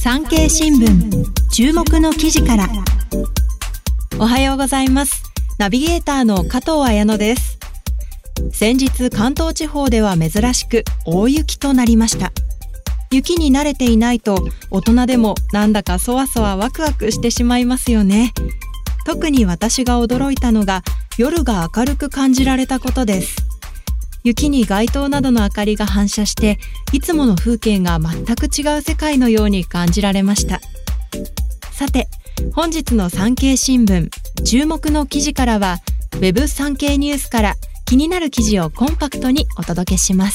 産経新聞注目の記事から。おはようございます。ナビゲーターの加藤彩乃です。先日関東地方では珍しく大雪となりました。雪に慣れていないと大人でもなんだかそわそわワクワクしてしまいますよね。特に私が驚いたのが夜が明るく感じられたことです。雪に街灯などの明かりが反射していつもの風景が全く違う世界のように感じられました。さて本日の産経新聞注目の記事からはウェブ産経ニュースから気になる記事をコンパクトにお届けします。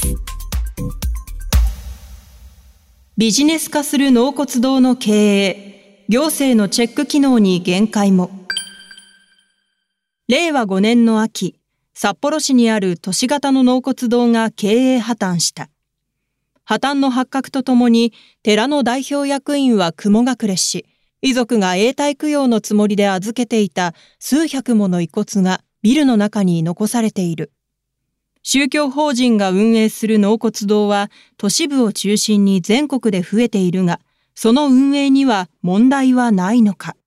ビジネス化する納骨堂の経営、行政のチェック機能に限界も。令和5年の秋、札幌市にある都市型の納骨堂が経営破綻した。破綻の発覚とともに寺の代表役員は雲隠れし、遺族が永代供養のつもりで預けていた数百もの遺骨がビルの中に残されている。宗教法人が運営する納骨堂は都市部を中心に全国で増えているが、その運営には問題はないのか。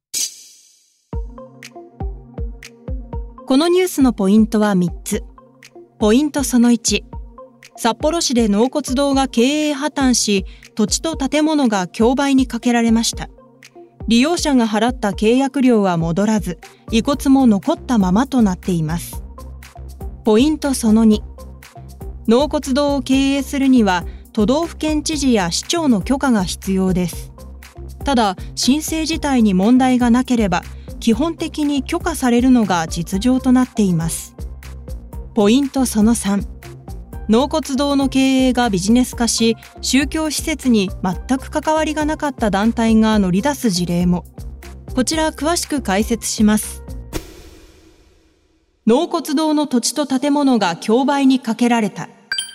このニュースのポイントは3つ。ポイントその1、札幌市で納骨堂が経営破綻し、土地と建物が競売にかけられました。利用者が払った契約料は戻らず、遺骨も残ったままとなっています。ポイントその2、納骨堂を経営するには都道府県知事や市長の許可が必要です。ただ申請自体に問題がなければ基本的に許可されるのが実情となっています。ポイントその3、納骨堂の経営がビジネス化し、宗教施設に全く関わりがなかった団体が乗り出す事例も。こちら詳しく解説します。納骨堂の土地と建物が競売にかけられた。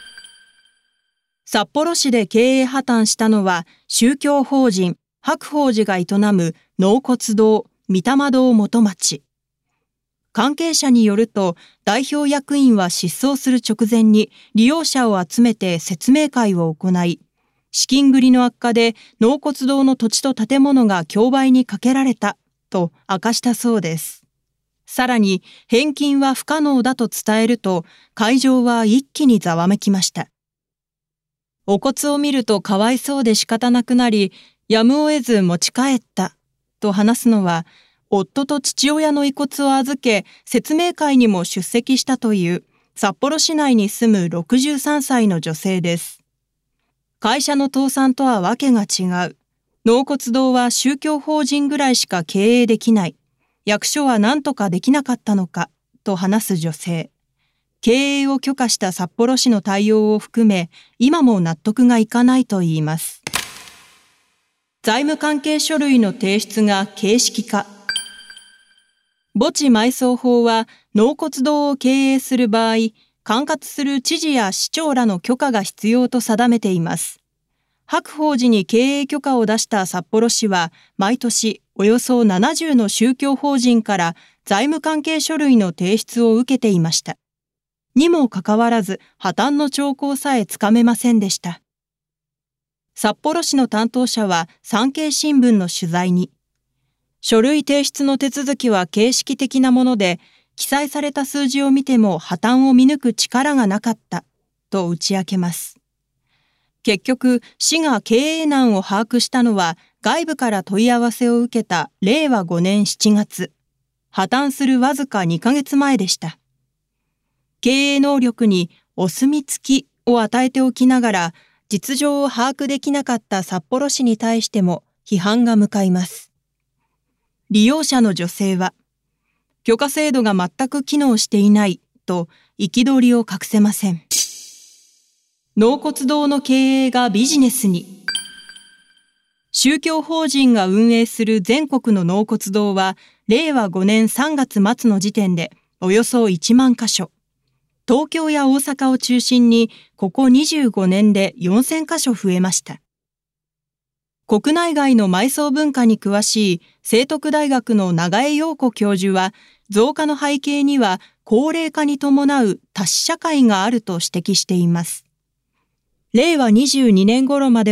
札幌市で経営破綻したのは宗教法人白鳳寺が営む納骨堂御霊堂元町。関係者によると代表役員は失踪する直前に利用者を集めて説明会を行い、資金繰りの悪化で納骨堂の土地と建物が競売にかけられたと明かしたそうです。さらに返金は不可能だと伝えると会場は一気にざわめきました。お骨を見るとかわいそうで仕方なくなり、やむを得ず持ち帰ったと話すのは、夫と父親の遺骨を預け説明会にも出席したという札幌市内に住む63歳の女性です。会社の倒産とはわけが違う。納骨堂は宗教法人ぐらいしか経営できない。役所は何とかできなかったのかと話す女性。経営を許可した札幌市の対応を含め、今も納得がいかないといいます。財務関係書類の提出が形式化。墓地埋葬法は納骨堂を経営する場合、管轄する知事や市長らの許可が必要と定めています。白鳳寺に経営許可を出した札幌市は、毎年およそ70の宗教法人から財務関係書類の提出を受けていました。にもかかわらず、破綻の兆候さえつかめませんでした。札幌市の担当者は産経新聞の取材に、書類提出の手続きは形式的なもので、記載された数字を見ても破綻を見抜く力がなかったと打ち明けます。結局、市が経営難を把握したのは外部から問い合わせを受けた令和5年7月。破綻するわずか2ヶ月前でした。経営能力にお墨付きを与えておきながら、実情を把握できなかった札幌市に対しても批判が向かいます。利用者の女性は、許可制度が全く機能していないと憤りを隠せません。納骨堂の経営がビジネスに。宗教法人が運営する全国の納骨堂は、令和5年3月末の時点でおよそ1万カ所。東京や大阪を中心に、ここ25年で4000カ所増えました。国内外の埋葬文化に詳しい聖徳大学の長江陽子教授は、増加の背景には高齢化に伴う多子社会があると指摘しています。令和22年頃までは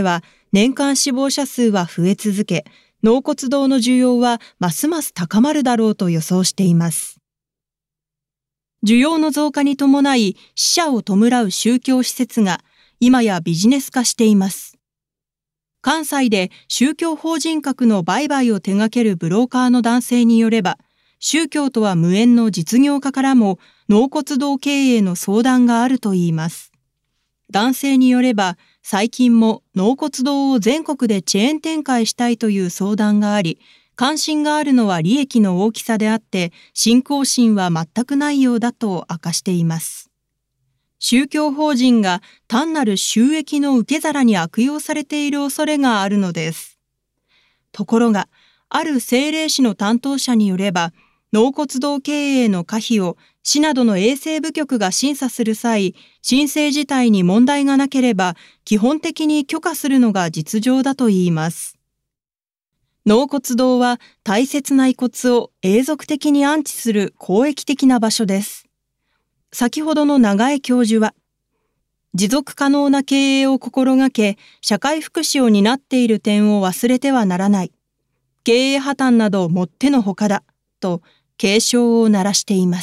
年間死亡者数は増え続け、納骨堂の需要はますます高まるだろうと予想しています。需要の増加に伴い死者を弔う宗教施設が今やビジネス化しています。関西で宗教法人格の売買を手掛けるブローカーの男性によれば、宗教とは無縁の実業家からも納骨堂経営の相談があるといいます。男性によれば、最近も納骨堂を全国でチェーン展開したいという相談があり、関心があるのは利益の大きさであって、信仰心は全くないようだと明かしています。宗教法人が単なる収益の受け皿に悪用されている恐れがあるのです。ところが、ある政令市の担当者によれば、納骨堂経営の可否を市などの衛生部局が審査する際、申請自体に問題がなければ、基本的に許可するのが実情だといいます。納骨堂は大切な遺骨を永続的に安置する公益的な場所です。先ほどの長江教授は、持続可能な経営を心がけ、社会福祉を担っている点を忘れてはならない。経営破綻などもってのほかだ、と警鐘を鳴らしています。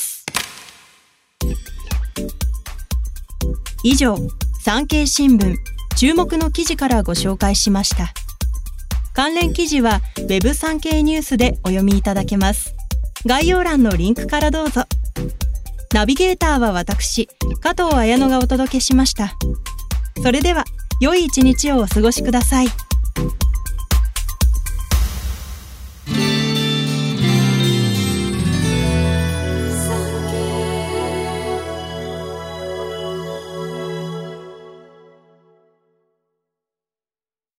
以上、産経新聞注目の記事からご紹介しました。関連記事は Web 産経ニュースでお読みいただけます。概要欄のリンクからどうぞ。ナビゲーターは私、加藤綾乃がお届けしました。それでは、良い一日をお過ごしください。